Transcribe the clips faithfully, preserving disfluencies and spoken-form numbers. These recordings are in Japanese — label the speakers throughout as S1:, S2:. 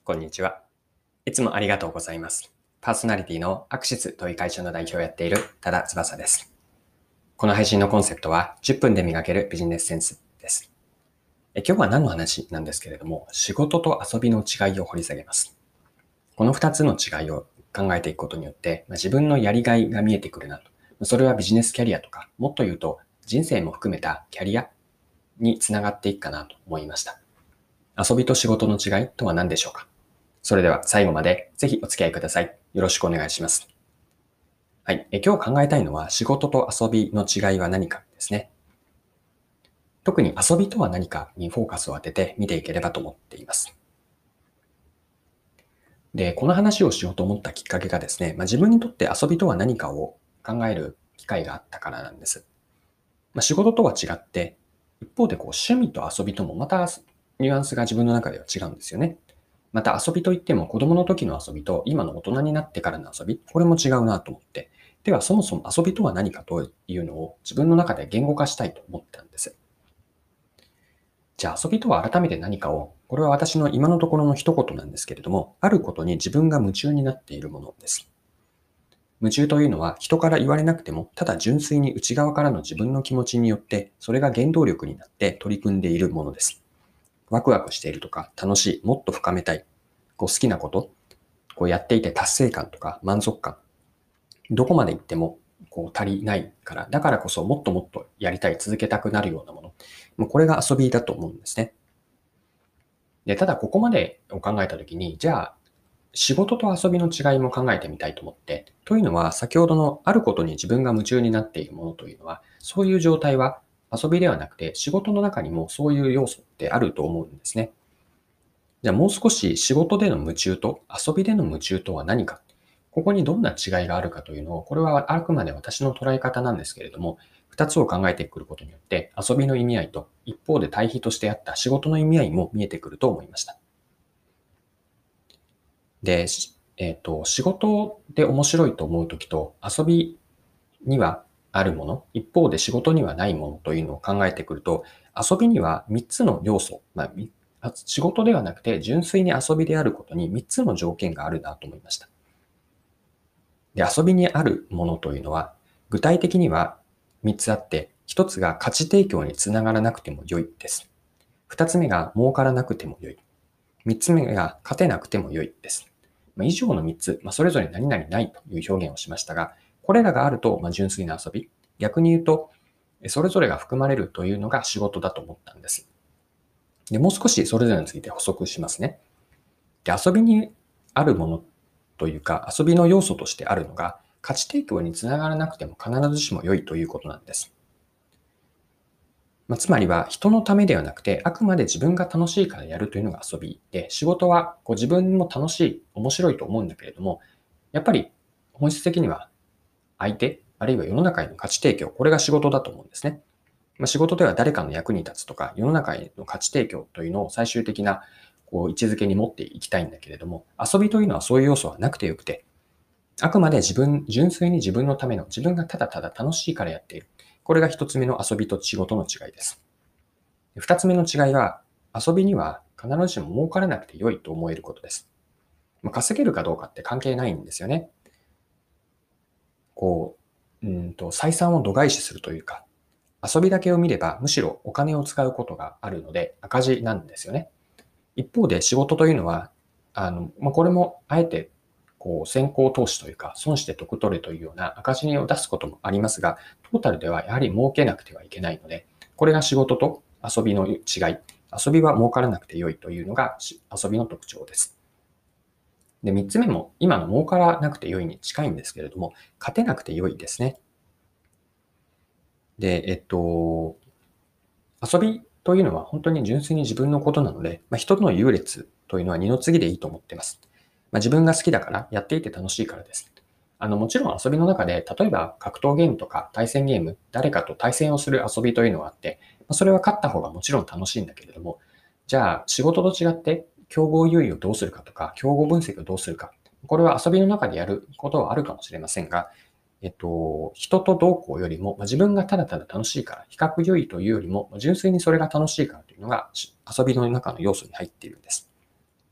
S1: こんにちは。いつもありがとうございます。パーソナリティのアクシスという会社の代表をやっている多田翼です。この配信のコンセプトはじゅっぷんで磨けるビジネスセンスです。え今日は何の話なんですけれども、仕事と遊びの違いを掘り下げます。このふたつの違いを考えていくことによって、まあ、自分のやりがいが見えてくるなと。それはビジネスキャリアとか、もっと言うと人生も含めたキャリアにつながっていくかなと思いました。遊びと仕事の違いとは何でしょうか？それでは最後までぜひお付き合いください。よろしくお願いします。はい。え今日考えたいのは仕事と遊びの違いは何かですね。特に遊びとは何かにフォーカスを当てて見ていければと思っています。で、この話をしようと思ったきっかけがですね、まあ、自分にとって遊びとは何かを考える機会があったからなんです。まあ、仕事とは違って、一方でこう趣味と遊びともまたニュアンスが自分の中では違うんですよね。また遊びといっても子供の時の遊びと今の大人になってからの遊び、これも違うなと思って。ではそもそも遊びとは何かというのを自分の中で言語化したいと思ったんです。じゃあ遊びとは改めて何かを、これは私の今のところの一言なんですけれども、あることに自分が夢中になっているものです。夢中というのは人から言われなくても、ただ純粋に内側からの自分の気持ちによって、それが原動力になって取り組んでいるものです。ワクワクしているとか、楽しい、もっと深めたい、こう好きなこと、こうやっていて達成感とか満足感、どこまで行ってもこう足りないから、だからこそもっともっとやりたい、続けたくなるようなもの。もうこれが遊びだと思うんですね。で、ただここまでを考えたときに、じゃあ仕事と遊びの違いも考えてみたいと思って、というのは先ほどのあることに自分が夢中になっているものというのは、そういう状態は遊びではなくて仕事の中にもそういう要素ってあると思うんですね。じゃあもう少し仕事での夢中と遊びでの夢中とは何か、ここにどんな違いがあるかというのを、これはあくまで私の捉え方なんですけれども、二つを考えてくることによって、遊びの意味合いと一方で対比としてあった仕事の意味合いも見えてくると思いました。で、えっと、仕事で面白いと思うときと遊びにはあるもの、一方で仕事にはないものというのを考えてくると、遊びにはみっつの要素、まあ、仕事ではなくて純粋に遊びであることにみっつの条件があるなと思いました。で、遊びにあるものというのは、具体的にはみっつあって、ひとつが価値提供につながらなくても良いです。ふたつめが儲からなくても良い。みっつめが勝てなくても良いです。まあ、以上のみっつ、まあ、それぞれ何々ないという表現をしましたが、これらがあると、まあ、純粋な遊び。逆に言うと、それぞれが含まれるというのが仕事だと思ったんです。で、もう少しそれぞれについて補足しますね。で、遊びにあるものというか、遊びの要素としてあるのが、価値提供につながらなくても必ずしも良いということなんです。まあ、つまりは人のためではなくて、あくまで自分が楽しいからやるというのが遊びで、仕事はこう自分も楽しい、面白いと思うんだけれども、やっぱり本質的には相手、あるいは世の中への価値提供、これが仕事だと思うんですね。まあ、仕事では誰かの役に立つとか、世の中への価値提供というのを最終的なこう位置づけに持っていきたいんだけれども、遊びというのはそういう要素はなくてよくて、あくまで自分、純粋に自分のための、自分がただただ楽しいからやっている。これが一つ目の遊びと仕事の違いです。二つ目の違いは、遊びには必ずしも儲からなくて良いと思えることです。まあ、稼げるかどうかって関係ないんですよね。こう、うんと、採算を度外視するというか、遊びだけを見ればむしろお金を使うことがあるので赤字なんですよね。一方で仕事というのは、あの、まあ、これもあえてこう先行投資というか損して得取れというような赤字を出すこともありますが、トータルではやはり儲けなくてはいけないので、これが仕事と遊びの違い。遊びは儲からなくて良いというのが遊びの特徴です。で、三つ目も今の儲からなくて良いに近いんですけれども、勝てなくて良いですね。で、えっと、遊びというのは本当に純粋に自分のことなので、まあ、人との優劣というのは二の次でいいと思っています。まあ、自分が好きだから、やっていて楽しいからです。あの、もちろん遊びの中で、例えば格闘ゲームとか対戦ゲーム、誰かと対戦をする遊びというのがあって、まあ、それは勝った方がもちろん楽しいんだけれども、じゃあ仕事と違って競合優位をどうするかとか、競合分析をどうするか、これは遊びの中でやることはあるかもしれませんが、えっと、人とどうこうよりも、まあ、自分がただただ楽しいから、比較優位というよりも、純粋にそれが楽しいからというのが遊びの中の要素に入っているんです。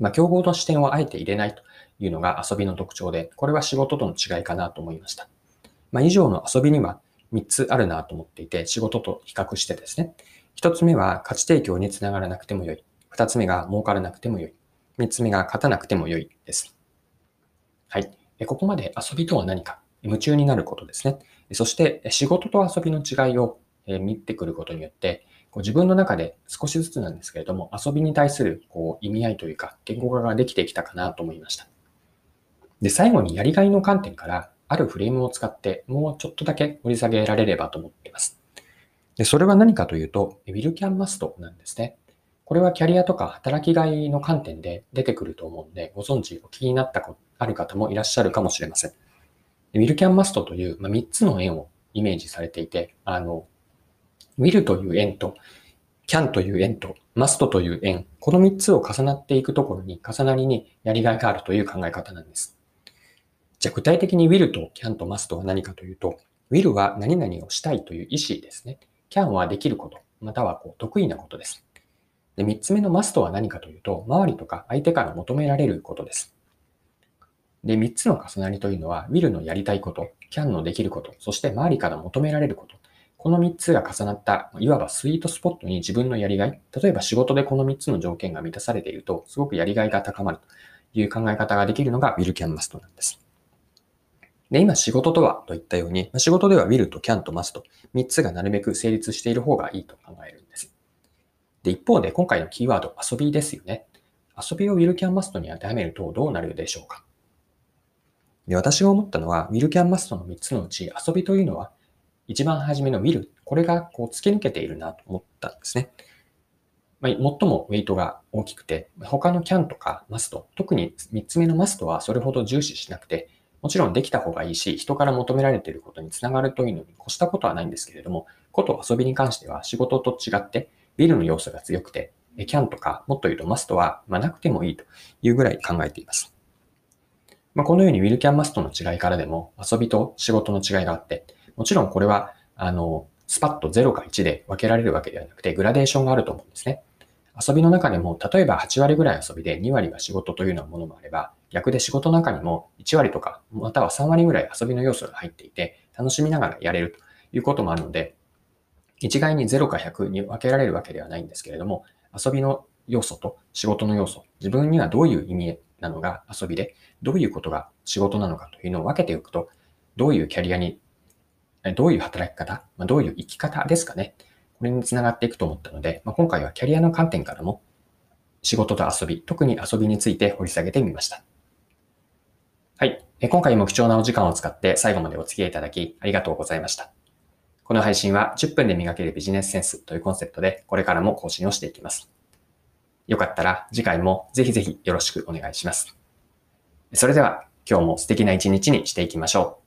S1: まあ、競合の視点をあえて入れないというのが遊びの特徴で、これは仕事との違いかなと思いました。まあ、以上の遊びにはみっつあるなと思っていて、仕事と比較してですね。ひとつめは価値提供につながらなくてもよい。ふたつめが儲からなくてもよい。みっつめが勝たなくてもよいです。はい。ここまで遊びとは何か、夢中になることですね。そして仕事と遊びの違いを見てくることによって、自分の中で少しずつなんですけれども、遊びに対するこう意味合いというか、言語化ができてきたかなと思いました。で、最後にやりがいの観点から、あるフレームを使って、もうちょっとだけ掘り下げられればと思っています。で、それは何かというと、ウィルキャンマストなんですね。これはキャリアとか働きがいの観点で出てくると思うので、ご存知、お気になったことある方もいらっしゃるかもしれません。ウィルキャンマストという、まあ、みっつの円をイメージされていて、あの、ウィルという円と、キャンという円と、マストという円、このみっつを重なっていくところに、重なりにやりがいがあるという考え方なんです。じゃあ具体的に will と can と must は何かというと、will は何々をしたいという意思ですね。can はできること、またはこう得意なことです。で、三つ目の must は何かというと、周りとか相手から求められることです。で、三つの重なりというのは、will のやりたいこと、can のできること、そして周りから求められること。この三つが重なった、いわばスイートスポットに自分のやりがい、例えば仕事でこの三つの条件が満たされていると、すごくやりがいが高まるという考え方ができるのが will, can, must なんです。で、今仕事とはといったように、仕事では will と can と must、みっつがなるべく成立している方がいいと考えるんです。で、一方で今回のキーワード、遊びですよね。遊びを will, can, must に当てはめるとどうなるでしょうか。で、私が思ったのは、will, can, must のみっつのうち、遊びというのは、一番初めの will、これがこう突き抜けているなと思ったんですね。まあ、最もウェイトが大きくて、他の can とか must、特にみっつめの must はそれほど重視しなくて、もちろんできた方がいいし、人から求められていることにつながるというのに越したことはないんですけれども、こと遊びに関しては仕事と違って、will の要素が強くて、can とか、もっと言うと must は、まあ、なくてもいいというぐらい考えています。まあ、このように will, can, must の違いからでも遊びと仕事の違いがあって、もちろんこれは、あの、スパッとゼロかいちで分けられるわけではなくて、グラデーションがあると思うんですね。遊びの中でも、例えばはちわりぐらい遊びでにわりが仕事というようなものもあれば、逆で仕事の中にもいちわりとか、またはさんわりぐらい遊びの要素が入っていて、楽しみながらやれるということもあるので、一概にゼロかひゃくに分けられるわけではないんですけれども、遊びの要素と仕事の要素、自分にはどういう意味なのが遊びで、どういうことが仕事なのかというのを分けておくと、どういうキャリアに、どういう働き方、どういう生き方ですかね。これにつながっていくと思ったので、今回はキャリアの観点からも仕事と遊び、特に遊びについて掘り下げてみました。はい。今回も貴重なお時間を使って最後までお付き合いいただきありがとうございました。この配信はじゅっぷんで磨けるビジネスセンスというコンセプトでこれからも更新をしていきます。よかったら次回もぜひぜひよろしくお願いします。それでは今日も素敵な一日にしていきましょう。